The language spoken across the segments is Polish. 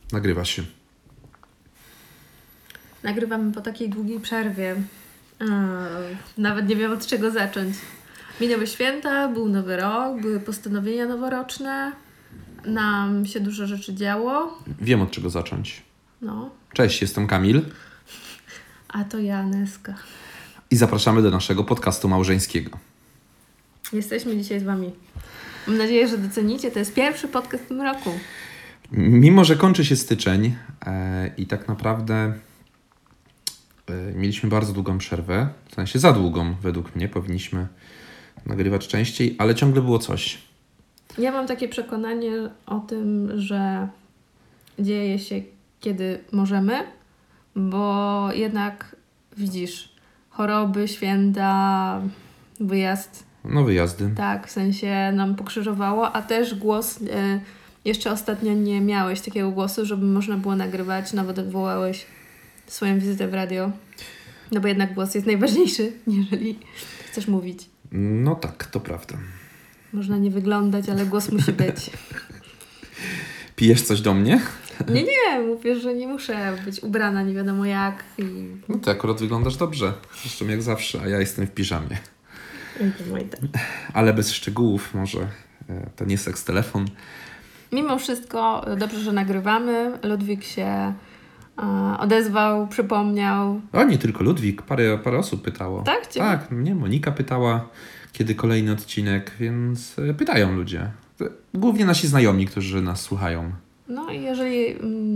Nagrywa się. Nagrywamy po takiej długiej przerwie. Nawet nie wiem, od czego zacząć. Minęły święta, był Nowy Rok, były postanowienia noworoczne. Nam się dużo rzeczy działo. Wiem, od czego zacząć. No. Cześć, jestem Kamil. A to ja, Neska. I zapraszamy do naszego podcastu małżeńskiego. Jesteśmy dzisiaj z Wami. Mam nadzieję, że docenicie. To jest pierwszy podcast w tym roku. Mimo, że kończy się styczeń i tak naprawdę mieliśmy bardzo długą przerwę, w sensie za długą według mnie, powinniśmy nagrywać częściej, ale ciągle było coś. Ja mam takie przekonanie o tym, że dzieje się kiedy możemy, bo jednak widzisz, choroby, święta, wyjazd. No wyjazdy. Tak, w sensie nam pokrzyżowało, a też głos, jeszcze ostatnio nie miałeś takiego głosu, żeby można było nagrywać, nawet odwołałeś swoją wizytę w radio. No bo jednak głos jest najważniejszy, jeżeli chcesz mówić. No tak, to prawda. Można nie wyglądać, ale głos musi być. Pijesz coś do mnie? Nie, mówię, że nie muszę być ubrana nie wiadomo jak. No ty akurat wyglądasz dobrze. Zresztą jak zawsze, a ja jestem w piżamie. Ale bez szczegółów może. To nie seks telefon. Mimo wszystko dobrze, że nagrywamy. Ludwik się odezwał, przypomniał. A nie tylko Ludwik, parę osób pytało. Tak? Ciebie? Tak, mnie Monika pytała, kiedy kolejny odcinek, więc pytają ludzie. Głównie nasi znajomi, którzy nas słuchają. No i jeżeli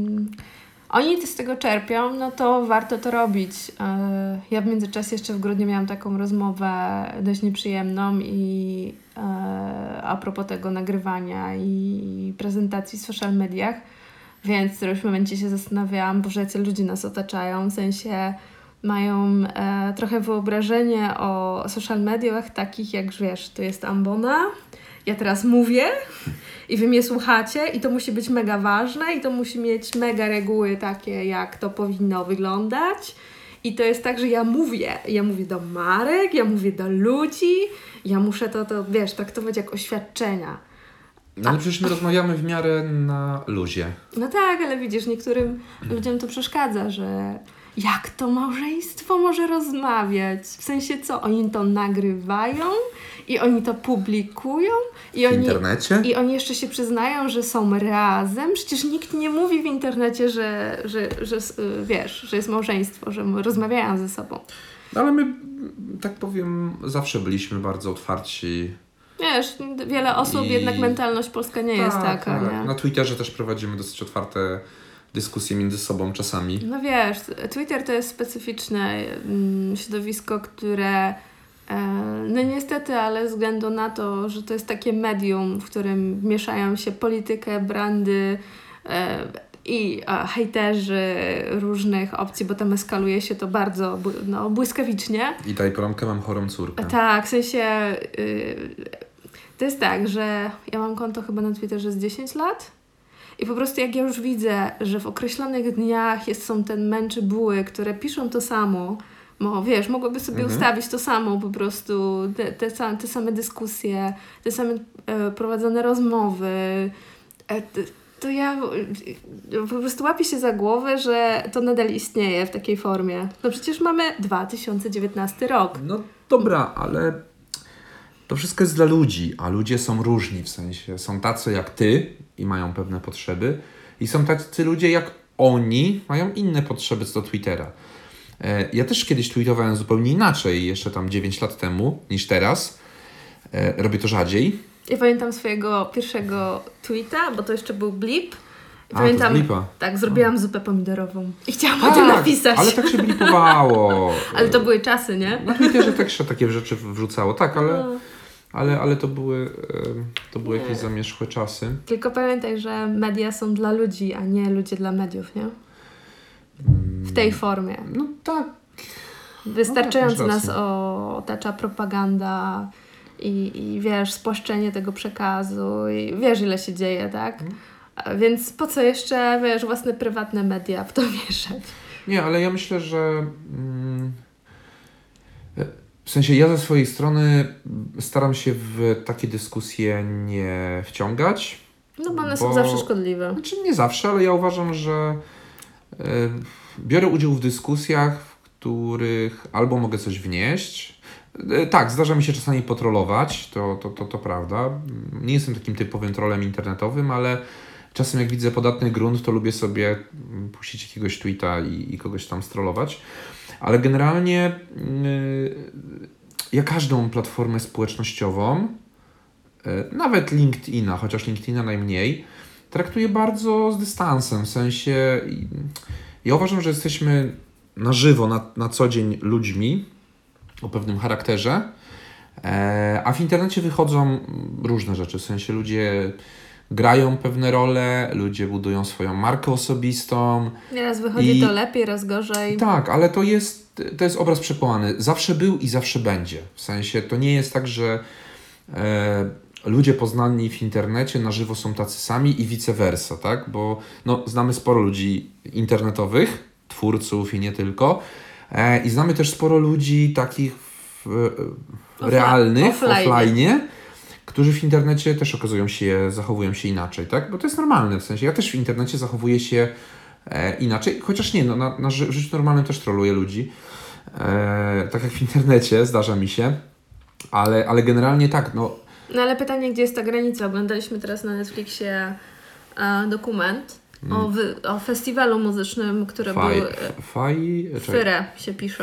oni z tego czerpią, no to warto to robić. Ja w międzyczasie jeszcze w grudniu miałam taką rozmowę dość nieprzyjemną i a propos tego nagrywania i prezentacji w social mediach, więc w którymś momencie się zastanawiałam, Boże, jacy ludzie nas otaczają, w sensie mają trochę wyobrażenie o social mediach takich jak, wiesz, to jest ambona, ja teraz mówię i wy mnie słuchacie i to musi być mega ważne i to musi mieć mega reguły takie, jak to powinno wyglądać. I to jest tak, że ja mówię do marek, ja mówię do ludzi, ja muszę to wiesz, traktować jak oświadczenia. No ale przecież my rozmawiamy w miarę na luzie. No tak, ale widzisz, niektórym ludziom to przeszkadza, że jak to małżeństwo może rozmawiać? W sensie co? Oni to nagrywają i oni to publikują i w internecie? I oni jeszcze się przyznają, że są razem. Przecież nikt nie mówi w internecie, że wiesz, że jest małżeństwo, że rozmawiają ze sobą. No ale my, tak powiem, zawsze byliśmy bardzo otwarci. Wiesz, wiele osób, jednak mentalność polska nie jest taka, nie? Na Twitterze też prowadzimy dosyć otwarte dyskusje między sobą czasami. No wiesz, Twitter to jest specyficzne środowisko, które no niestety, ale ze względu na to, że to jest takie medium, w którym mieszają się politykę, brandy i hejterzy różnych opcji, bo tam eskaluje się to bardzo błyskawicznie. I daj promkę, mam chorą córkę. Tak, w sensie to jest tak, że ja mam konto chyba na Twitterze z 10 lat i po prostu jak ja już widzę, że w określonych dniach są te męczy buły, które piszą to samo, bo wiesz, mogłyby sobie ustawić to samo po prostu, te same dyskusje, te same prowadzone rozmowy, to ja po prostu łapię się za głowę, że to nadal istnieje w takiej formie. No przecież mamy 2019 rok. No dobra, ale to wszystko jest dla ludzi, a ludzie są różni, w sensie są tacy jak ty i mają pewne potrzeby i są tacy ludzie jak oni, mają inne potrzeby co do Twittera. Ja też kiedyś tweetowałem zupełnie inaczej, jeszcze tam 9 lat temu niż teraz. Robię to rzadziej. Ja pamiętam swojego pierwszego tweeta, bo to jeszcze był blip. Pamiętam, to blipa. Tak, zrobiłam zupę pomidorową i chciałam o tym napisać. Ale tak się blipowało. Ale to były czasy, nie? Na Twitterze też się takie rzeczy wrzucało, tak, ale to były jakieś zamierzchłe czasy. Tylko pamiętaj, że media są dla ludzi, a nie ludzie dla mediów, nie? W tej formie. No tak. Wystarczająco nas otacza propaganda i wiesz, spłaszczenie tego przekazu i wiesz, ile się dzieje, tak? Więc po co jeszcze, wiesz, własne prywatne media w to mieszać? Nie, ale ja myślę, że w sensie ja ze swojej strony staram się w takie dyskusje nie wciągać. No bo one są zawsze szkodliwe. Znaczy nie zawsze, ale ja uważam, że biorę udział w dyskusjach, w których albo mogę coś wnieść. Tak, zdarza mi się czasami potrolować, to prawda. Nie jestem takim typowym trolem internetowym, ale czasem jak widzę podatny grunt, to lubię sobie puścić jakiegoś tweeta i kogoś tam strollować. Ale generalnie ja każdą platformę społecznościową, nawet LinkedIna, chociaż LinkedIna najmniej, traktuję bardzo z dystansem. W sensie ja uważam, że jesteśmy na żywo, na co dzień ludźmi o pewnym charakterze, a w internecie wychodzą różne rzeczy. W sensie ludzie grają pewne role, ludzie budują swoją markę osobistą. Raz wychodzi to lepiej, raz gorzej. Tak, ale to jest obraz przekłamany. Zawsze był i zawsze będzie. W sensie to nie jest tak, że ludzie poznani w internecie na żywo są tacy sami i vice versa, tak? Bo znamy sporo ludzi internetowych, twórców i nie tylko. I znamy też sporo ludzi takich realnych, offline, którzy w internecie też zachowują się inaczej, tak? Bo to jest normalne, w sensie ja też w internecie zachowuję się inaczej, chociaż nie, w życiu normalnym też troluję ludzi, tak jak w internecie, zdarza mi się, ale generalnie tak, No ale pytanie, gdzie jest ta granica? Oglądaliśmy teraz na Netflixie dokument o festiwalu muzycznym, który był... Fyre się pisze.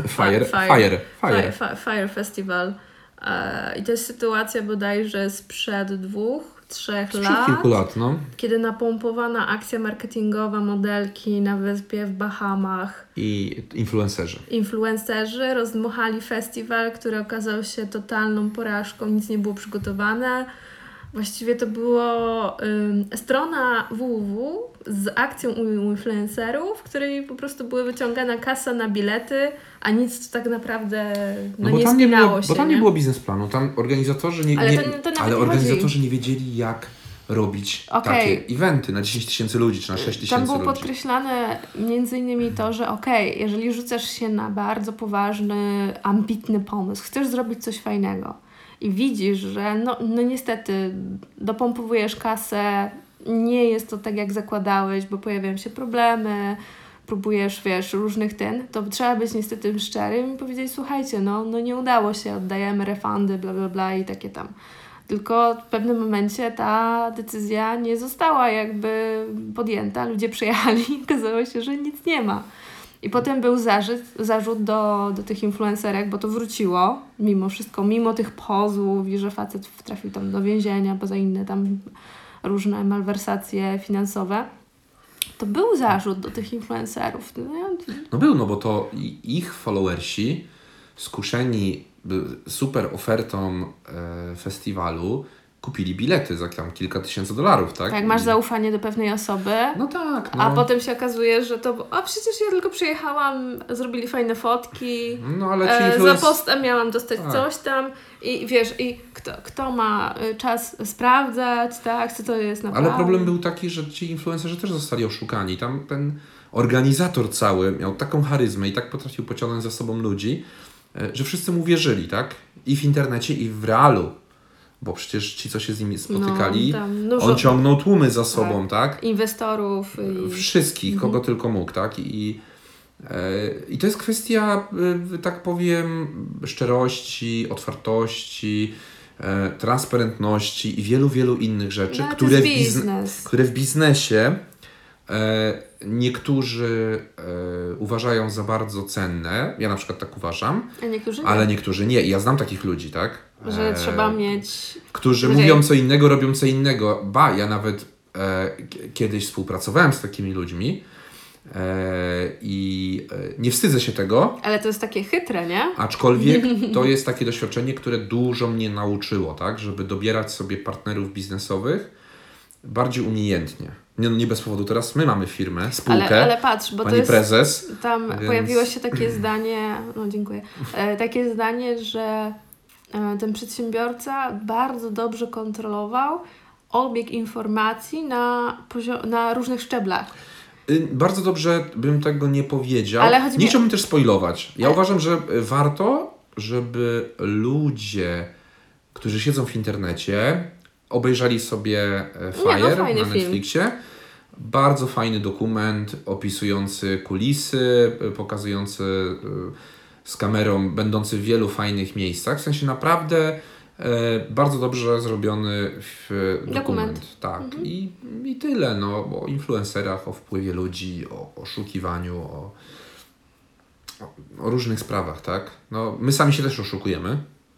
Fire Festival. I to jest sytuacja bodajże sprzed 2-3 lat. Kilku lat, no. Kiedy napompowana akcja marketingowa modelki na wyspie w Bahamach i influencerzy rozdmuchali festiwal, który okazał się totalną porażką, nic nie było przygotowane. Właściwie to było strona www z akcją u influencerów, w której po prostu były wyciągana kasa na bilety, a nic tak naprawdę nie spinało się. Bo tam nie było biznesplanu, tam organizatorzy nie wiedzieli, jak robić takie eventy na 10 000 ludzi, czy na 6 000 ludzi. Tam było podkreślane między innymi to, że jeżeli rzucasz się na bardzo poważny, ambitny pomysł, chcesz zrobić coś fajnego i widzisz, że no niestety dopompowujesz kasę, nie jest to tak jak zakładałeś, bo pojawiają się problemy, próbujesz, różnych to trzeba być niestety szczerym i powiedzieć, słuchajcie, nie udało się, oddajemy refundy, bla, bla, bla i takie tam. Tylko w pewnym momencie ta decyzja nie została jakby podjęta, ludzie przyjechali i okazało się, że nic nie ma. I potem był zarzut do tych influencerek, bo to wróciło mimo wszystko, mimo tych pozwów i że facet trafił tam do więzienia, poza inne tam różne malwersacje finansowe. To był zarzut do tych influencerów. Bo to ich followersi skuszeni super ofertą festiwalu kupili bilety za tam kilka tysięcy $, tak? Jak masz zaufanie do pewnej osoby, a potem się okazuje, że przecież ja tylko przyjechałam, zrobili fajne fotki, ale za postem miałam dostać coś tam i kto ma czas sprawdzać, tak, co to jest naprawdę. Ale problem był taki, że ci influencerzy też zostali oszukani. Tam ten organizator cały miał taką charyzmę i tak potrafił pociągnąć za sobą ludzi, że wszyscy mu wierzyli, tak? I w internecie, i w realu. Bo przecież ci, co się z nimi spotykali, on ciągnął tłumy za sobą, tak? Inwestorów. Wszystkich, kogo tylko mógł, tak? I to jest kwestia, tak powiem, szczerości, otwartości, transparentności i wielu, wielu innych rzeczy, które w biznesie niektórzy uważają za bardzo cenne. Ja na przykład tak uważam. A niektórzy nie. Ale niektórzy nie. I ja znam takich ludzi, tak? Że trzeba mieć... Którzy mówią co innego, robią co innego. Ja nawet kiedyś współpracowałem z takimi ludźmi i nie wstydzę się tego. Ale to jest takie chytre, nie? Aczkolwiek to jest takie doświadczenie, które dużo mnie nauczyło, tak? Żeby dobierać sobie partnerów biznesowych bardziej umiejętnie. Nie bez powodu. Teraz my mamy firmę, spółkę. Ale patrz, bo pani to jest, prezes. Tam pojawiło się takie zdanie, dziękuję, takie zdanie, że ten przedsiębiorca bardzo dobrze kontrolował obieg informacji na różnych szczeblach. Bardzo dobrze bym tego nie powiedział. Nie chciałbym też spoilować. Ja uważam, że warto, żeby ludzie, którzy siedzą w internecie, obejrzeli sobie Fire na Netflixie. Bardzo fajny dokument opisujący kulisy, pokazujący z kamerą, będący w wielu fajnych miejscach. W sensie naprawdę bardzo dobrze zrobiony dokument. Tak. I tyle. No, o influencerach, o wpływie ludzi, o oszukiwaniu, o różnych sprawach, tak? No, my sami się też oszukujemy,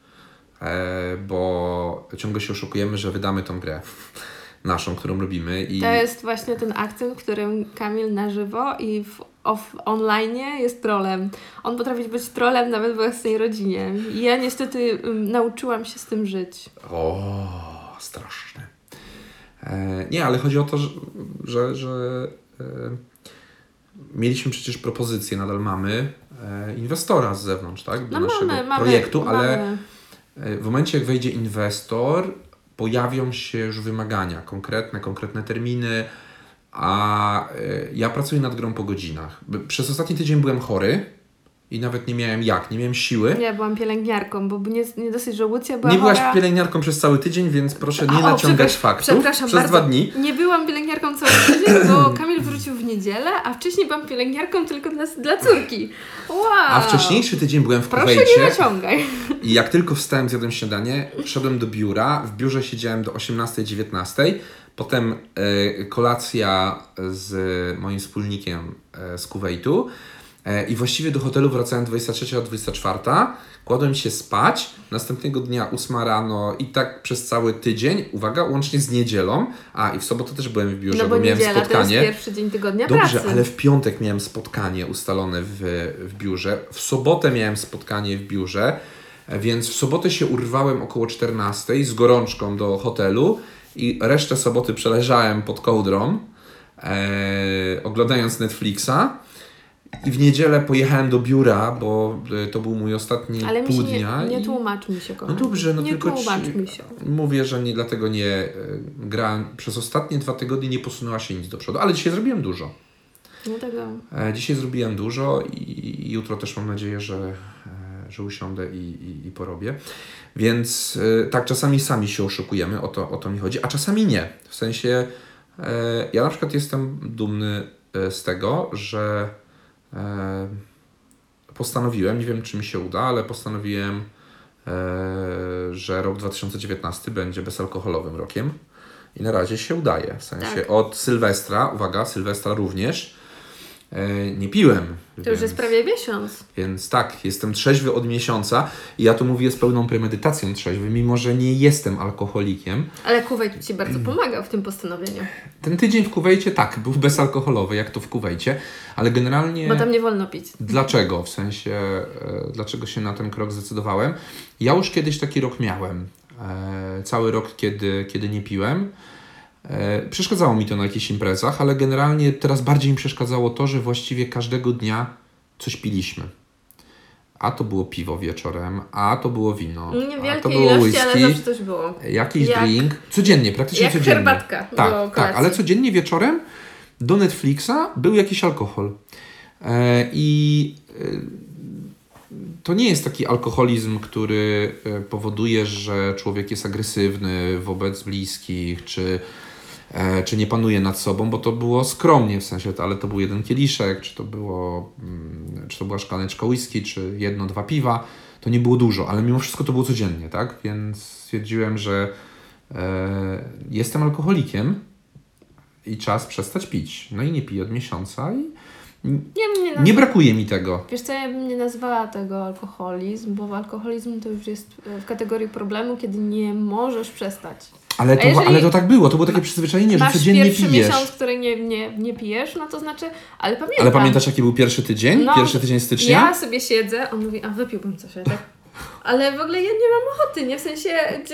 bo ciągle się oszukujemy, że wydamy tą grę naszą, którą robimy. To jest właśnie ten akcent, w którym Kamil na żywo i online jest trolem. On potrafi być trolem nawet w własnej rodzinie. I ja niestety nauczyłam się z tym żyć. O, straszne. Nie, ale chodzi o to, że mieliśmy przecież propozycję, nadal mamy inwestora z zewnątrz, tak? Do naszego projektu, ale w momencie, jak wejdzie inwestor, pojawią się już wymagania konkretne terminy, a ja pracuję nad grą po godzinach. Przez ostatni tydzień byłem chory i nawet nie miałem siły. Ja byłam pielęgniarką, bo nie dosyć, że Łucja była Nie byłaś chora. pielęgniarką przez cały tydzień, więc proszę nie naciągać faktów. Przepraszam przez bardzo. 2 dni. Nie byłam pielęgniarką cały tydzień, bo Kamil wrócił w niedzielę, a wcześniej byłam pielęgniarką tylko dla córki. Wow. A wcześniejszy tydzień byłem w Proszę Kuwejcie. nie naciągaj. I jak tylko wstałem, zjadłem śniadanie, szedłem do biura. W biurze siedziałem do 18:19. Potem kolacja z moim wspólnikiem z Kuwejtu. I właściwie do hotelu wracałem 23 albo 24. Kładłem się spać. Następnego dnia 8 rano i tak przez cały tydzień. Uwaga, łącznie z niedzielą. I w sobotę też byłem w biurze, bo miałem spotkanie. To jest pierwszy dzień tygodnia Dobrze, pracy. ale w piątek miałem spotkanie ustalone w biurze. W sobotę miałem spotkanie w biurze. Więc w sobotę się urwałem około 14 z gorączką do hotelu. I resztę soboty przeleżałem pod kołdrą, oglądając Netflixa. I w niedzielę pojechałem do biura, bo to był mój ostatni pół dnia. Nie tłumacz mi się, kochani. No dobrze, nie tylko tłumacz mi się. Mówię, że dlatego nie grałem. Przez ostatnie 2 tygodnie nie posunęła się nic do przodu, ale dzisiaj zrobiłem dużo. Dlatego. Dzisiaj zrobiłem dużo i jutro też mam nadzieję, że usiądę i porobię. Więc tak, czasami sami się oszukujemy, o to mi chodzi, a czasami nie. W sensie ja na przykład jestem dumny z tego, że postanowiłem, nie wiem czy mi się uda, ale postanowiłem, że rok 2019 będzie bezalkoholowym rokiem i na razie się udaje. W sensie tak. Od Sylwestra, uwaga, Sylwestra również, nie piłem. To już jest prawie miesiąc. Więc tak, jestem trzeźwy od miesiąca i ja to mówię z pełną premedytacją trzeźwy, mimo że nie jestem alkoholikiem. Ale Kuwejt Ci bardzo pomagał w tym postanowieniu. Ten tydzień w Kuwejcie tak, był bezalkoholowy, jak to w Kuwejcie, ale generalnie... Bo tam nie wolno pić. Dlaczego? W sensie, dlaczego się na ten krok zdecydowałem? Ja już kiedyś taki rok miałem. Cały rok, kiedy nie piłem. Przeszkadzało mi to na jakichś imprezach, ale generalnie teraz bardziej mi przeszkadzało to, że właściwie każdego dnia coś piliśmy. A to było piwo wieczorem, a to było wino, a to było ilości, whisky, ale zawsze coś było. jakiś drink. Codziennie, praktycznie jak codziennie. herbatka do Tak, kolacji. ale codziennie wieczorem do Netflixa był jakiś alkohol. To nie jest taki alkoholizm, który powoduje, że człowiek jest agresywny wobec bliskich, czy nie panuje nad sobą, bo to było skromnie w sensie, ale to był 1 kieliszek, czy to była szklaneczka whisky, czy 1-2 piwa. To nie było dużo, ale mimo wszystko to było codziennie, tak? Więc stwierdziłem, że jestem alkoholikiem i czas przestać pić. No i nie piję od miesiąca i nie brakuje mi tego. Wiesz co, ja bym nie nazwała tego alkoholizm, bo alkoholizm to już jest w kategorii problemu, kiedy nie możesz przestać. Ale to tak było, to było takie przyzwyczajenie, że codziennie pijesz. Masz pierwszy miesiąc, który nie pijesz, no to znaczy, ale pamiętam. Ale pamiętasz jaki był pierwszy tydzień? No, pierwszy tydzień stycznia? Ja sobie siedzę, on mówi, wypiłbym coś, tak? Ale w ogóle ja nie mam ochoty, nie? W sensie,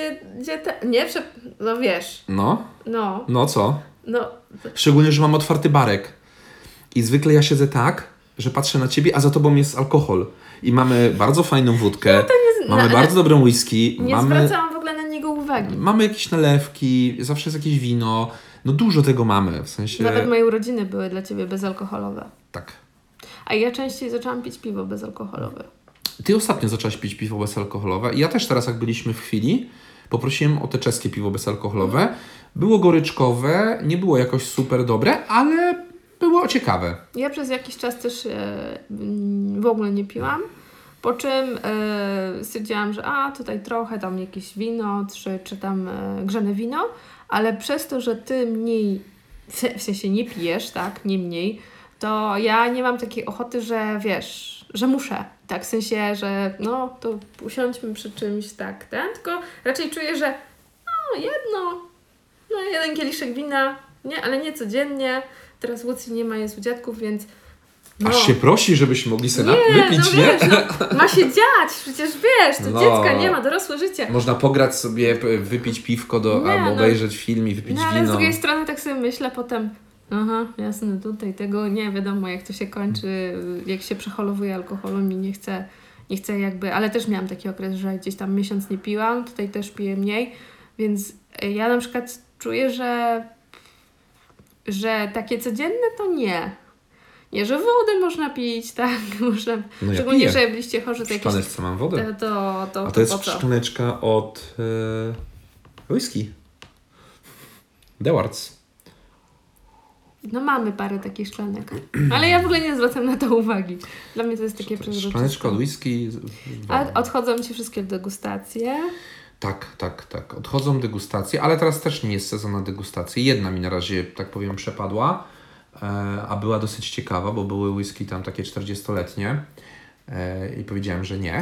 no wiesz. No? No. No co? No. Szczególnie, że mam otwarty barek. I zwykle ja siedzę tak, że patrzę na ciebie, a za tobą jest alkohol. I mamy bardzo fajną wódkę, mamy bardzo dobrą whisky. Nie zwracałam w ogóle na niego uwagi. Mamy jakieś nalewki, zawsze jest jakieś wino. No dużo tego mamy, w sensie... Nawet moje urodziny były dla ciebie bezalkoholowe. Tak. A ja częściej zaczęłam pić piwo bezalkoholowe. Ty ostatnio zaczęłaś pić piwo bezalkoholowe i ja też teraz, jak byliśmy w chwili, Poprosiłem o te czeskie piwo bezalkoholowe. Było goryczkowe, nie było jakoś super dobre, ale było ciekawe. Ja przez jakiś czas też w ogóle nie piłam, po czym stwierdziłam, że tutaj trochę tam jakieś wino, czy tam grzane wino, ale przez to, że ty mniej, w sensie nie pijesz, tak, nie mniej, to ja nie mam takiej ochoty, że wiesz, że muszę. Tak, w sensie, że to usiądźmy przy czymś tak, tylko raczej czuję, że jeden kieliszek wina, nie, ale nie codziennie. Teraz Łucji nie ma, jest u dziadków, więc Aż się prosi, żebyśmy mogli sobie wypić, wiesz, nie? ma się dziać, przecież wiesz, to dziecka nie ma, dorosłe życie. Można pograć sobie, wypić piwko albo obejrzeć film i wypić ale wino. z drugiej strony tak sobie myślę potem, jasne, tutaj tego nie wiadomo jak to się kończy, jak się przeholowuje alkoholem i nie chcę jakby, ale też miałam taki okres, że gdzieś tam miesiąc nie piłam, tutaj też piję mniej, więc ja na przykład czuję, że takie codzienne to nie. Nie, że wodę można pić, tak, można. Ja szczególnie, piję. że byliście chorzy, to W szklaneczce mam wodę. To a to jest po co? szklaneczka od whisky. Dewarts. Mamy parę takich szklanek. Ale ja w ogóle nie zwracam na to uwagi. Dla mnie to jest takie przezroczyste. Szklaneczka od whisky. A odchodzą Ci wszystkie degustacje? Tak. Odchodzą degustacje, ale teraz też nie jest sezon na degustacje. Jedna mi na razie, tak powiem, przepadła, a była dosyć ciekawa, bo były whisky tam takie 40-letnie i powiedziałem, że nie.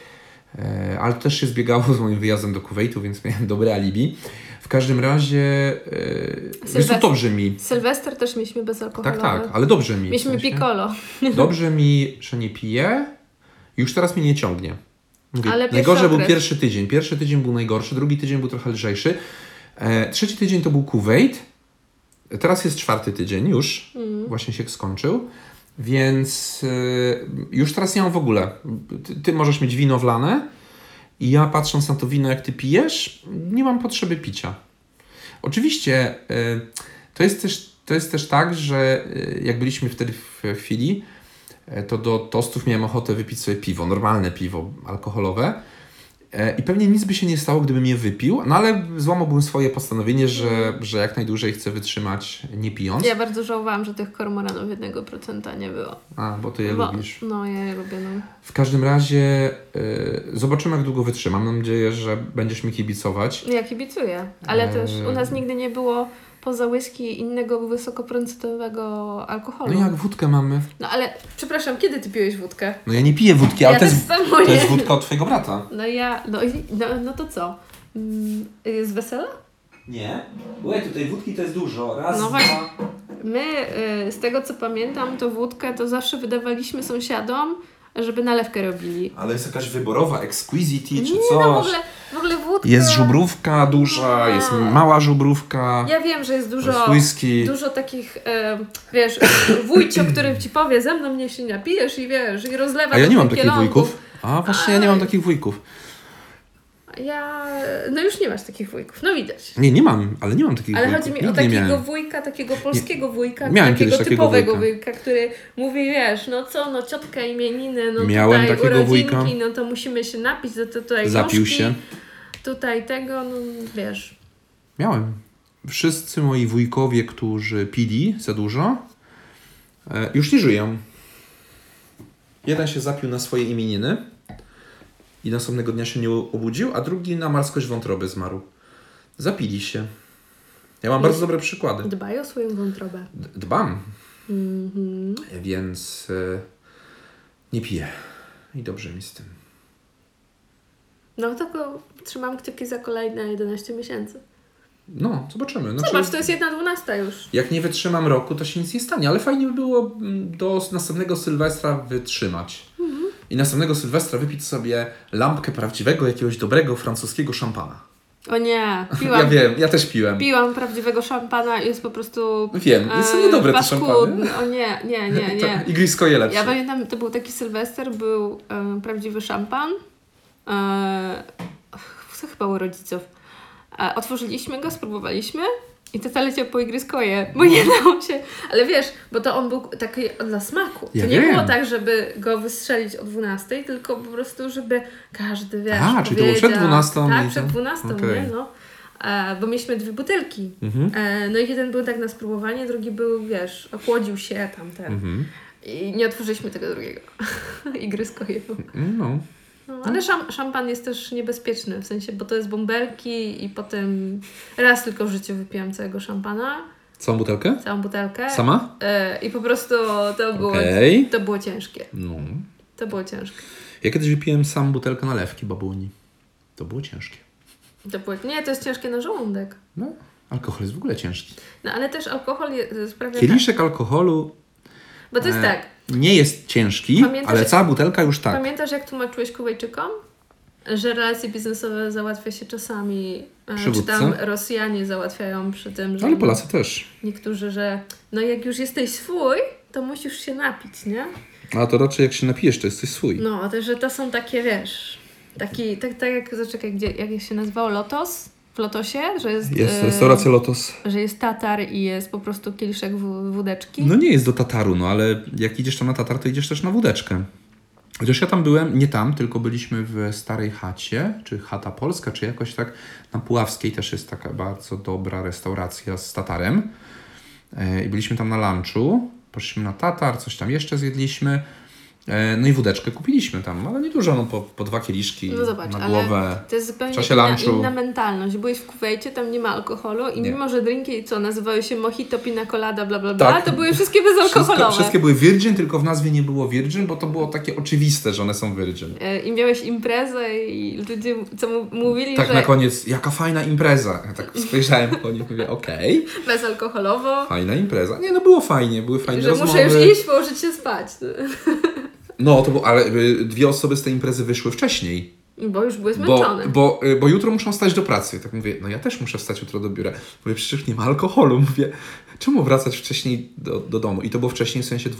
Ale to też się zbiegało z moim wyjazdem do Kuwejtu, więc miałem dobre alibi. W każdym razie dobrze mi. Sylwester też mieliśmy bezalkoholowy. Tak, ale dobrze mi. Mieliśmy piccolo. Dobrze mi, że nie piję. Już teraz mnie nie ciągnie. Mówię, Ale najgorzej był okres. pierwszy tydzień. Pierwszy tydzień był najgorszy, drugi tydzień był trochę lżejszy. Trzeci tydzień to był Kuwejt. Teraz jest czwarty tydzień już. Właśnie się skończył. Więc już teraz nie mam w ogóle. Ty możesz mieć wino wlane i ja patrząc na to wino, jak ty pijesz, nie mam potrzeby picia. Oczywiście to jest też tak, że jak byliśmy wtedy w chwili, to do tostów miałem ochotę wypić sobie piwo, normalne piwo alkoholowe i pewnie nic by się nie stało, gdybym je wypił, no ale złamałbym swoje postanowienie, że jak najdłużej chcę wytrzymać nie pijąc. Ja bardzo żałowałam, że tych kormoranów 1% nie było. Bo ty je lubisz. No, ja je lubię. W każdym razie zobaczymy, jak długo wytrzymam. Mam nadzieję, że będziesz mi kibicować. Ja kibicuję, ale też u nas nigdy nie było poza whisky innego wysokoprocentowego alkoholu. No jak wódkę mamy. No ale, przepraszam, kiedy ty piłeś wódkę? No ja nie piję wódki, ale Ja to jest wódka od twojego brata. No to co? Jest wesela? Nie. Byłej tutaj wódki to jest dużo. Raz, No właśnie. My, z tego co pamiętam, to wódkę to zawsze wydawaliśmy sąsiadom, żeby nalewkę robili. Ale jest jakaś wyborowa, exquisity czy Nie, coś. no w ogóle wódka... Jest żubrówka duża, jest mała żubrówka. Ja wiem, że jest jest whisky. dużo takich, wujcio, który ci powie, ze mną mnie się napijesz i wiesz, i rozlewa. A ja nie mam takie takich lądów. wujków. Ja nie mam takich wujków. No już nie masz takich wujków, no widać. Nie mam, ale nie mam takich Ale wujków. chodzi mi o Nigdy nie takiego miałem. wujka, takiego polskiego wujka, Miałem takiego kiedyś takiego typowego wujka. wujka, który mówi, wiesz, ciotka imieniny, Miałem tutaj takiego urodzinki, wujka. to musimy się napić, to tutaj Zapił nóżki, się. tutaj tego, wiesz. Miałem. Wszyscy moi wujkowie, którzy pili za dużo, już nie żyją. Jeden się zapił na swoje imieniny i następnego dnia się nie obudził, a drugi na marskość wątroby zmarł. Zapili się. Ja mam bardzo dobre przykłady. Dbaj o swoją wątrobę. Dbam. Więc nie piję. I dobrze mi z tym. No tylko trzymam kciuki za kolejne 11 miesięcy. No, zobaczymy. Zobacz, to jest 1/12 już. Jak nie wytrzymam roku, to się nic nie stanie, ale fajnie by było do następnego Sylwestra wytrzymać. I następnego Sylwestra wypić sobie lampkę prawdziwego, jakiegoś dobrego francuskiego szampana. O nie, piłam. Ja wiem, ja też piłem. Piłam prawdziwego szampana i jest po prostu... Wiem, jest to niedobre te szampany. O nie. Igrisko je lepsze. Ja pamiętam, to był taki Sylwester, był prawdziwy szampan. Chyba u rodziców. Otworzyliśmy go, spróbowaliśmy I tata leciał po igryskoje, bo nie dało się. Ale wiesz, bo to on był taki dla smaku. To Ja nie wiem. było tak, żeby go wystrzelić o 12, tylko po prostu, żeby każdy, wiesz, czyli to było przed 12. Tak, i przed to- 12, okej. nie? No. Bo mieliśmy 2 butelki. Mhm. No i jeden był tak na spróbowanie, drugi był, wiesz, ochłodził się tamten. Mhm. I nie otworzyliśmy tego drugiego. Igryskoje. No. No, ale szampan jest też niebezpieczny, w sensie, bo to jest bąbelki i potem raz tylko w życiu wypiłam całego szampana, Całą butelkę? całą butelkę. Sama? I po prostu Okej. to było ciężkie. No. To było ciężkie. Ja kiedyś wypiłem sam butelkę nalewki babuni. To było ciężkie. Nie, to jest ciężkie na żołądek. No, alkohol jest w ogóle ciężki. No ale też alkohol sprawia Kieliszek alkoholu bo to jest tak. nie jest ciężki, Pamiętasz, ale cała butelka już tak. Pamiętasz, jak tłumaczyłeś Kuwejczykom, że relacje biznesowe załatwia się czasami, czy Przywódca? tam Rosjanie załatwiają przy tym, że Ale Polacy też. niektórzy, że no jak już jesteś swój, to musisz się napić, nie? A to raczej jak się napijesz, to jesteś swój. No, to, że to są takie, wiesz, tak jak, zaczekaj, jak się nazywało Lotos? W Lotosie? Że jest Restauracja Lotos. że jest tatar i jest po prostu kieliszek wódeczki. No nie jest do Tataru, no ale jak idziesz tam na Tatar, to idziesz też na wódeczkę. Chociaż ja tam byłem, nie tam, tylko byliśmy w Starej Chacie, czy Chata Polska, czy jakoś tak. Na Puławskiej też jest taka bardzo dobra restauracja z Tatarem. I byliśmy tam na lunchu, poszliśmy na Tatar, coś tam jeszcze zjedliśmy. No i wódeczkę kupiliśmy tam, ale nie dużo, no po 2 kieliszki No zobacz, na ale głowę. to jest zupełnie w czasie inna lunchu. mentalność. Byłeś w Kuwejcie, tam nie ma alkoholu i Nie. mimo, że drinki, co nazywały się mojito, pina colada, bla bla bla, Tak. to były wszystkie bezalkoholowe. Wszystkie były Virgin, tylko w nazwie nie było Virgin, bo to było takie oczywiste, że one są Virgin. I miałeś imprezę i ludzie mówili, Tak że na koniec, jaka fajna impreza. Ja tak spojrzałem po nich i mówię, okej, bezalkoholowo, fajna impreza. Nie, no było fajnie, były fajne że rozmowy. muszę już iść, położyć się spać. No, to było, ale 2 osoby z tej imprezy wyszły wcześniej. Bo już były zmęczone. Bo jutro muszą wstać do pracy. Tak mówię, no ja też muszę wstać jutro do biura. Mówię, przecież nie ma alkoholu. Mówię, czemu wracać wcześniej do domu? I to było wcześniej w sensie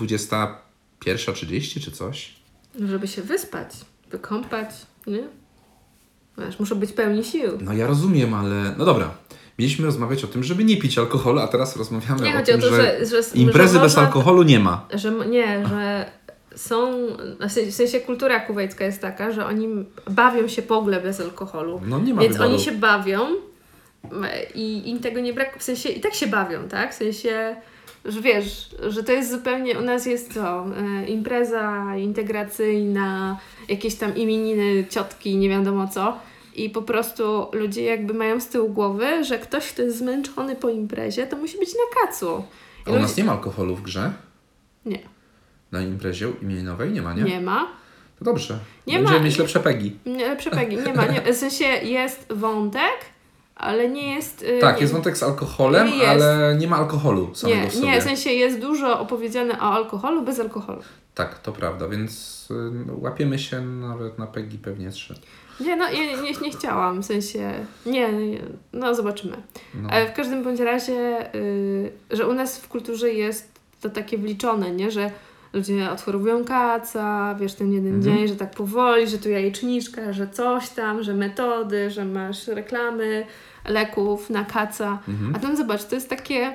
21:30 czy coś. Żeby się wyspać, wykąpać, nie? Wiesz, muszę być pełni sił. No ja rozumiem, ale no dobra. Mieliśmy rozmawiać o tym, żeby nie pić alkoholu, a teraz rozmawiamy Nie o chodzi tym, o to, że imprezy że bez można- alkoholu nie ma. że są, w sensie kultura kuwejska jest taka, że oni bawią się w ogóle bez alkoholu. No nie ma Więc wyboru. oni się bawią i im tego nie brakuje, w sensie i tak się bawią, tak? W sensie, że wiesz, że to jest zupełnie, u nas jest to impreza integracyjna, jakieś tam imieniny, ciotki, nie wiadomo co. I po prostu ludzie jakby mają z tyłu głowy, że ktoś, kto jest zmęczony po imprezie, to musi być na kacu. A u nas nie ma alkoholu w grze? Nie. Na imprezie imieninowej nie ma, nie? Nie ma. To dobrze. Nie Będziemy ma. mieć lepsze pegi. Nie, przepegi, nie ma. Nie, w sensie jest wątek, ale nie jest... Tak, nie, jest wątek z alkoholem, Jest. ale nie ma alkoholu samego w sobie. nie, w sensie jest dużo opowiedziane o alkoholu bez alkoholu. Tak, to prawda, więc łapiemy się nawet na pegi pewnie 3. Nie, no nie chciałam, w sensie... Nie, no zobaczymy. No. Ale w każdym bądź razie, że u nas w kulturze jest to takie wliczone, nie? Że ludzie odchorowują kaca, wiesz, ten jeden dzień, że tak powoli, że tu jajeczniczka, że coś tam, że metody, że masz reklamy leków na kaca. A tam zobacz, to jest takie...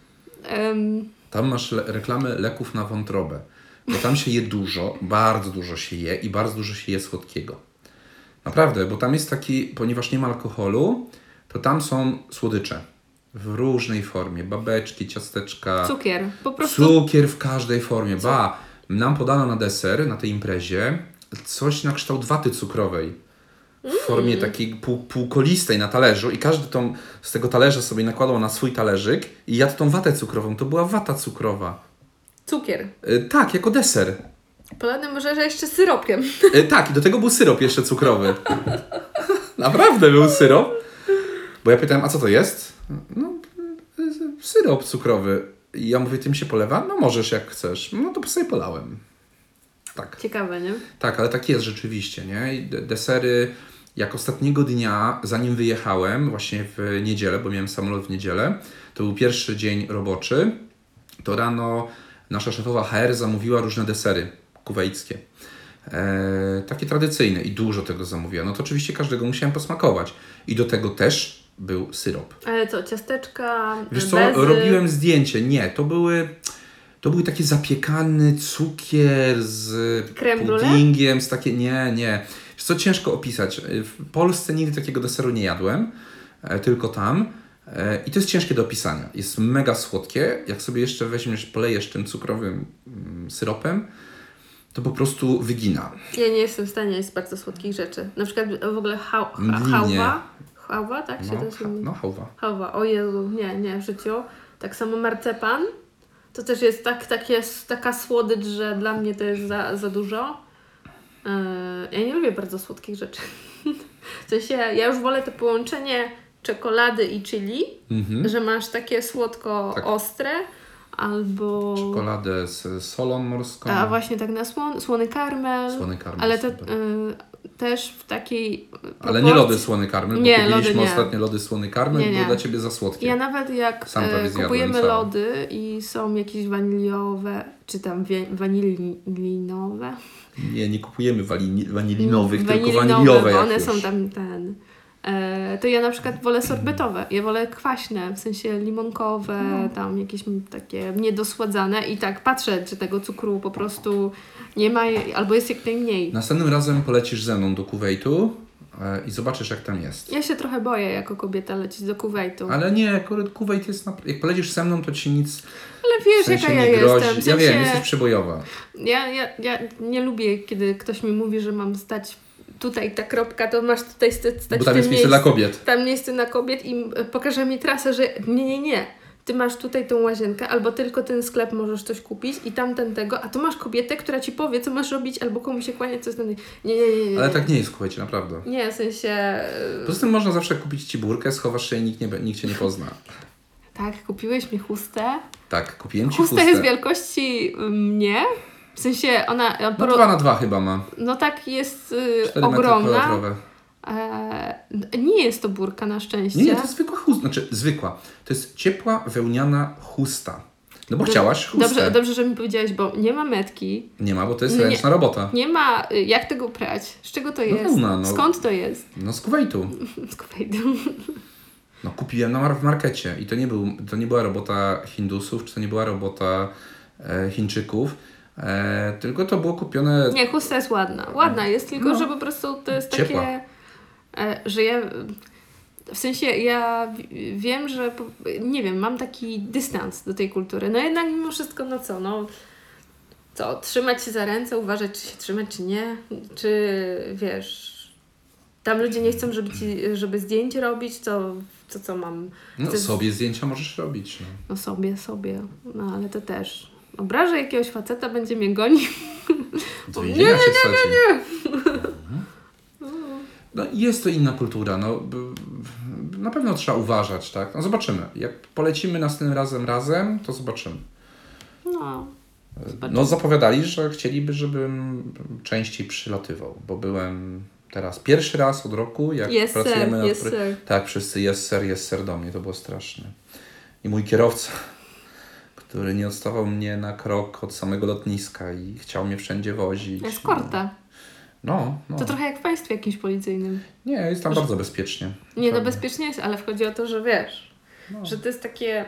Tam masz reklamy leków na wątrobę, bo tam się je dużo, bardzo dużo się je i bardzo dużo się je słodkiego. Naprawdę, bo tam jest taki, ponieważ nie ma alkoholu, to tam są słodycze w różnej formie, babeczki, ciasteczka, cukier, po prostu... cukier w każdej formie. Nam podano na deser, na tej imprezie, coś na kształt waty cukrowej. W formie takiej półkolistej na talerzu i każdy z tego talerza sobie nakładał na swój talerzyk i jadł tą watę cukrową. To była wata cukrowa. Cukier. Tak, jako deser. Polany może, że jeszcze z syropkiem. Tak, i do tego był syrop jeszcze cukrowy. Naprawdę był syrop. Bo ja pytałem, a co to jest? No, syrop cukrowy. I ja mówię, tym się polewa? No możesz jak chcesz. No to sobie polałem. Tak. Ciekawe, nie? Tak, ale tak jest rzeczywiście, nie? I desery, jak ostatniego dnia, zanim wyjechałem, właśnie w niedzielę, bo miałem samolot w niedzielę, to był pierwszy dzień roboczy, to rano nasza szefowa HR zamówiła różne desery kuwejskie. Takie tradycyjne i dużo tego zamówiła. No to oczywiście każdego musiałem posmakować. I do tego też był syrop. Ale co, ciasteczka, Wiesz co, bezy? robiłem zdjęcie. Nie, to był taki zapiekany cukier z Crème brûlée? puddingiem, z takie... Nie. Wiesz co, ciężko opisać. W Polsce nigdy takiego deseru nie jadłem, tylko tam. I to jest ciężkie do opisania. Jest mega słodkie. Jak sobie jeszcze weźmiesz, polejesz tym cukrowym syropem, to po prostu wygina. Ja nie jestem w stanie jeść bardzo słodkich rzeczy. Na przykład w ogóle Mdlinie. hałwa, tak się to się mówi? No, hałwa. Hałwa, o Jezu, nie, w życiu. Tak samo marcepan, to też jest taka słodycz, że dla mnie to jest za dużo. Ja nie lubię bardzo słodkich rzeczy. W sensie, ja już wolę to połączenie czekolady i chili, że masz takie słodko-ostre, albo... Czekoladę z solą morską. A właśnie tak na słony karmel. Słony karmel, Ale to super. też w takiej Ale nie lody słony karmel, bo Nie, kupiliśmy lody nie. ostatnio lody słony karmel, Nie. było dla Ciebie za słodkie. Ja nawet jak Sam prawie zjadłem kupujemy cały. lody i są jakieś waniliowe, czy tam wanilinowe. Nie kupujemy wanilinowych, tylko Wanilinowe, waniliowe bo one jak są już. tam to ja na przykład wolę sorbetowe. Ja wolę kwaśne, w sensie limonkowe, tam jakieś takie niedosładzane i tak patrzę, czy tego cukru po prostu nie ma, albo jest jak najmniej. Następnym razem polecisz ze mną do Kuwejtu i zobaczysz jak tam jest. Ja się trochę boję jako kobieta lecieć do Kuwejtu. Ale nie, Kuwejt jest... Jak polecisz ze mną, to Ci nic Ale wiesz, w sensie jaka ja nie grozi. jestem. W Ja sensie, wiem, jesteś przebojowa. ja nie lubię, kiedy ktoś mi mówi, że mam stać tutaj ta kropka, to masz tutaj stać Bo w tam tym jest miejsce dla kobiet. Tam miejsce na kobiet i pokaże mi trasę, że nie. Ty masz tutaj tą łazienkę, albo tylko ten sklep możesz coś kupić i tamten tego, a tu masz kobietę, która ci powie, co masz robić, albo komu się kłaniać, co jest Nie. Ale tak nie jest w Kuwejcie, naprawdę. Nie, w sensie... Poza tym można zawsze kupić Ci burkę, schowasz się i nikt Cię nie pozna. Tak, kupiłeś mi chustę. Tak, kupiłem Ci Chusta chustę. jest wielkości mnie. W sensie ona... No 2x2 chyba ma. No tak, jest 4 metry ogromna. kwadratowe. Nie jest to burka na szczęście. Nie, to jest zwykła chusta. Znaczy, zwykła. To jest ciepła, wełniana chusta. No bo chciałaś chustę. Dobrze, że mi powiedziałeś, bo nie ma metki. Nie ma, bo to jest ręczna robota. Nie ma jak tego prać. Z czego to jest? wełna, Skąd to jest? No z Kuwejtu. Z Kuwejtu. No kupiłem w markecie i to nie była robota Hindusów, czy to nie była robota Chińczyków, tylko to było kupione... Nie, chusta jest ładna. Ładna jest, tylko że po prostu to jest Ciepła. takie, że ja... W sensie ja wiem, że nie wiem, mam taki dystans do tej kultury. No jednak mimo wszystko, co, trzymać się za ręce, uważać, czy się trzymać, czy nie. Czy wiesz, tam ludzie nie chcą, żeby zdjęcie robić, to co mam? No sobie zdjęcia możesz robić. No. No sobie. No ale to też. Obrażę jakiegoś faceta, będzie mnie gonił. Do więzienia się wsadzi. No jest to inna kultura, na pewno trzeba uważać, tak? No zobaczymy. Jak polecimy następnym razem, to zobaczymy. No. No zapowiadali, że chcieliby, żebym częściej przylatywał, bo byłem teraz pierwszy raz od roku, jak Yes, pracujemy sir, yes, sir. Tak, wszyscy yes sir do mnie, to było straszne. I mój kierowca, który nie odstawał mnie na krok od samego lotniska i chciał mnie wszędzie wozić. Eskorta. No. To trochę jak w państwie jakimś policyjnym. Nie, jest tam bardzo bezpiecznie. Nie, no Naprawdę. bezpiecznie jest, ale chodzi o to, że wiesz, że to jest takie,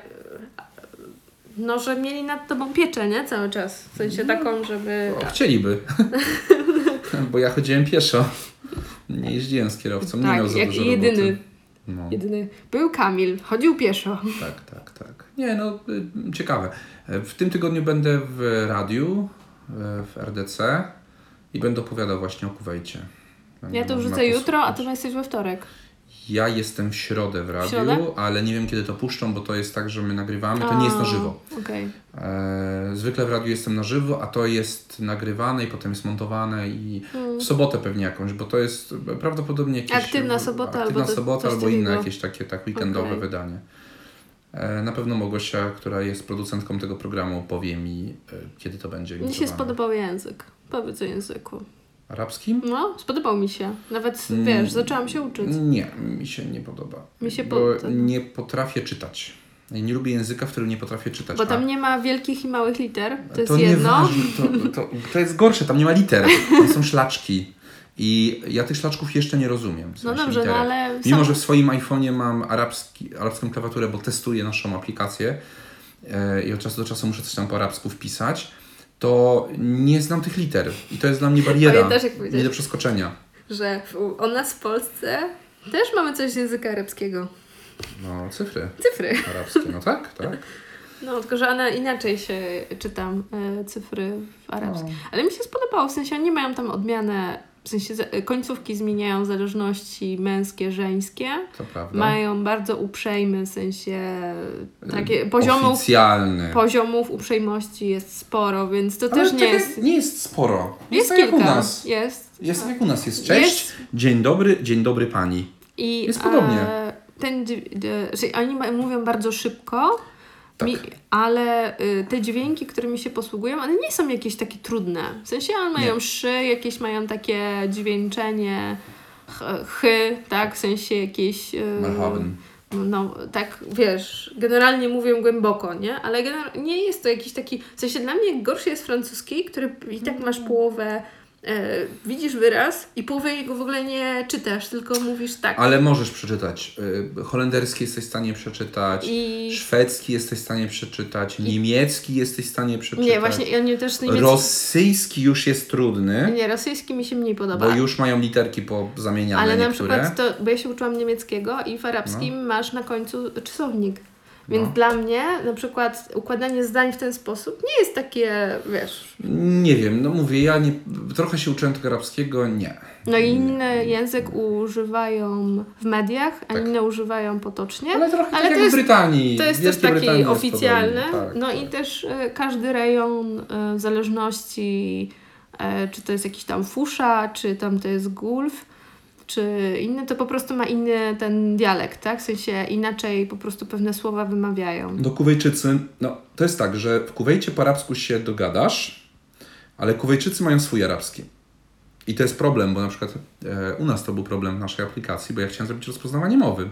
że mieli nad tobą pieczę, nie? Cały czas. W sensie taką, żeby... O, chcieliby. Bo ja chodziłem pieszo. Nie jeździłem z kierowcą, nie miał za jak dużo jedyny. roboty. No. Jedyny. Był Kamil, chodził pieszo. Tak. Nie, ciekawe. W tym tygodniu będę w radiu, w RDC i będę opowiadał właśnie o Kuwejcie. Ja to wrzucę jutro, a ty jesteś we wtorek. Ja jestem w środę w radiu, środę? ale nie wiem kiedy to puszczą, bo to jest tak, że my nagrywamy, to nie jest na żywo. Okay. Zwykle w radiu jestem na żywo, a to jest nagrywane i potem jest montowane i w sobotę pewnie jakąś, bo to jest prawdopodobnie jakieś... Aktywna sobota albo inne jakieś takie weekendowe Okay. wydanie. Na pewno Małgosia, która jest producentką tego programu, powie mi, kiedy to będzie Mi emitowane. się spodobał język. Powiedz o języku. Arabskim? No, spodobał mi się. Nawet, wiesz, zaczęłam się uczyć. Nie, mi się nie podoba. Mi się bo nie potrafię czytać. Ja nie lubię języka, w którym nie potrafię czytać. Bo tam nie ma wielkich i małych liter. To jest to jedno. Nieważne, to jest gorsze, tam nie ma liter. Tam są szlaczki. I ja tych szlaczków jeszcze nie rozumiem. W sensie dobrze, literek. ale... Mimo, że w swoim iPhone'ie mam arabską klawiaturę, bo testuję naszą aplikację i od czasu do czasu muszę coś tam po arabsku wpisać, to nie znam tych liter. I to jest dla mnie bariera. Pamiętasz, jak nie do przeskoczenia. że u nas w Polsce też mamy coś z języka arabskiego. No, cyfry. Cyfry. Arabskie, no tak. No, tylko że one inaczej się czytam, cyfry w arabskim. Ale mi się spodobało, w sensie oni mają tam odmianę, w sensie końcówki zmieniają w zależności męskie, żeńskie. To prawda. Mają bardzo uprzejmy, w sensie takie poziomów uprzejmości jest sporo, więc to ale też nie jest... Nie jest sporo. Jest tak kilka. Jak u nas. Jest tak jak u nas. Jest cześć, dzień dobry pani. I jest podobnie. Oni mówią bardzo szybko, tak. ale te dźwięki, którymi się posługują, one nie są jakieś takie trudne. W sensie one mają jakieś mają takie dźwięczenie tak? W sensie jakieś... No, tak, wiesz, generalnie mówią głęboko, nie? Ale nie jest to jakiś taki... W sensie dla mnie gorszy jest francuski, który i tak masz połowę... widzisz wyraz i połowę jego w ogóle nie czytasz, tylko mówisz tak. Ale możesz przeczytać. Holenderski jesteś w stanie przeczytać, szwedzki jesteś w stanie przeczytać, niemiecki jesteś w stanie przeczytać. Nie, właśnie, oni też niemiecki... Rosyjski już jest trudny. Nie, rosyjski mi się mniej podoba. Bo już mają literki pozamieniane ale na niektóre. przykład, bo ja się uczyłam niemieckiego i w arabskim masz na końcu czasownik. Więc dla mnie na przykład układanie zdań w ten sposób nie jest takie, wiesz... Nie wiem, mówię, trochę się uczyłem tego arabskiego, nie. No i inny język używają w mediach, a inne używają potocznie. Ale trochę tak jak w Brytanii. To jest też taki oficjalny. Tak, no i też każdy rejon w zależności czy to jest jakiś tam fusza, czy tam to jest gulf, czy inny, to po prostu ma inny ten dialekt, tak? W sensie inaczej po prostu pewne słowa wymawiają. Kuwejczycy, to jest tak, że w Kuwejcie po arabsku się dogadasz, ale Kuwejczycy mają swój arabski. I to jest problem, bo na przykład u nas to był problem w naszej aplikacji, bo ja chciałem zrobić rozpoznawanie mowy.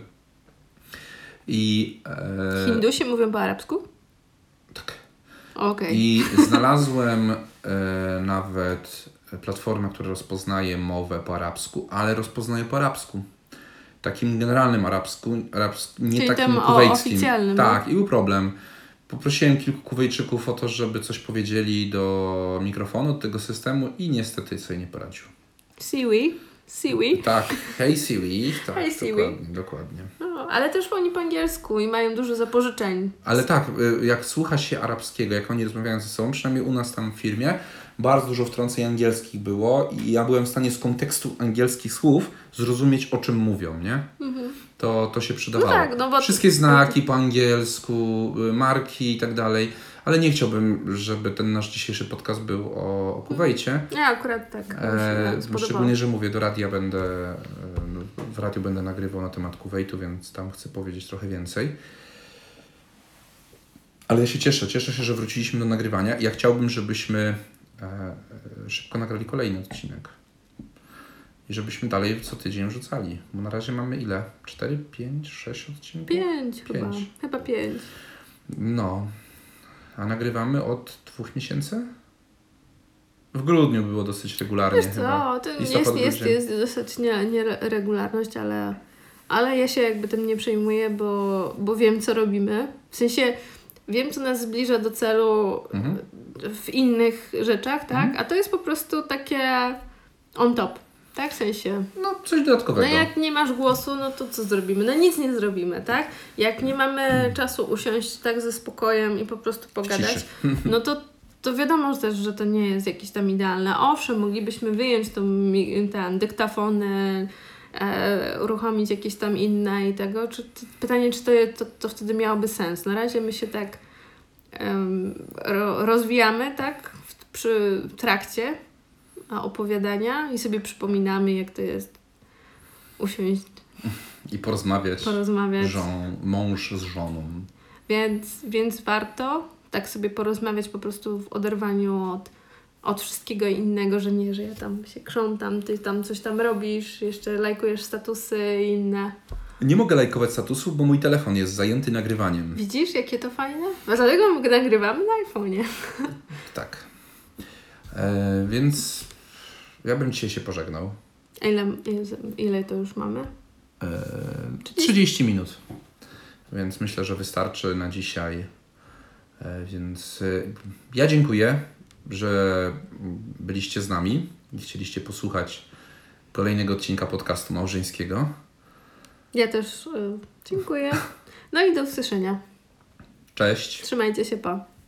Hindusi mówią po arabsku? Tak. Okay. I znalazłem nawet platformę, która rozpoznaje mowę po arabsku, ale rozpoznaje po arabsku. Takim generalnym arabsku, nie czyli takim kuwejskim. Oficjalnym. Tak, i był problem. Poprosiłem kilku Kuwejczyków o to, żeby coś powiedzieli do mikrofonu, do tego systemu i niestety sobie nie poradził. Siwi. Tak, hey Siri. Tak, hey Siri. Dokładnie. No, ale też oni po angielsku i mają dużo zapożyczeń. Ale tak, jak słucha się arabskiego, jak oni rozmawiają ze sobą, przynajmniej u nas tam w firmie, bardzo dużo wtrąceń angielskich było i ja byłem w stanie z kontekstu angielskich słów zrozumieć, o czym mówią, nie? To się przydawało. No tak, bo wszystkie znaki po angielsku, marki i tak dalej, ale nie chciałbym, żeby ten nasz dzisiejszy podcast był o Kuwejcie. Ja akurat tak. Szczególnie, że mówię, w radiu będę nagrywał na temat Kuwejtu, więc tam chcę powiedzieć trochę więcej. Ale ja się cieszę, że wróciliśmy do nagrywania. Ja chciałbym, żebyśmy szybko nagrali kolejny odcinek. I żebyśmy dalej co tydzień wrzucali. Bo na razie mamy ile? 4, 5, 6 odcinków? 5 chyba. Chyba 5. No. A nagrywamy od 2 miesięcy? W grudniu było dosyć regularnie. Wiesz co, to jest dosyć nieregularność, ale ja się jakby tym nie przejmuję, bo wiem, co robimy. W sensie wiem, co nas zbliża do celu w innych rzeczach, tak? A to jest po prostu takie on top, tak? W sensie... No, coś dodatkowego. No jak nie masz głosu, no to co zrobimy? No nic nie zrobimy, tak? Jak nie mamy czasu usiąść tak ze spokojem i po prostu pogadać, no to wiadomo też, że to nie jest jakieś tam idealne. Owszem, moglibyśmy wyjąć ten dyktafony, uruchomić jakieś tam inne i tego. Pytanie, czy to wtedy miałoby sens. Na razie my się tak rozwijamy, tak? Przy trakcie opowiadania i sobie przypominamy, jak to jest usiąść i porozmawiać. Mąż z żoną. Więc warto tak sobie porozmawiać po prostu w oderwaniu od wszystkiego innego, że nie, że ja tam się krzątam, ty tam coś tam robisz, jeszcze lajkujesz statusy i inne. Nie mogę lajkować statusów, bo mój telefon jest zajęty nagrywaniem. Widzisz, jakie to fajne? Dlatego nagrywamy na iPhone'ie. Tak. Więc ja bym dzisiaj się pożegnał. Ile to już mamy? 30 minut. Więc myślę, że wystarczy na dzisiaj. Więc ja dziękuję, że byliście z nami i chcieliście posłuchać kolejnego odcinka podcastu małżeńskiego. Ja też dziękuję. No i do usłyszenia. Cześć. Trzymajcie się, pa.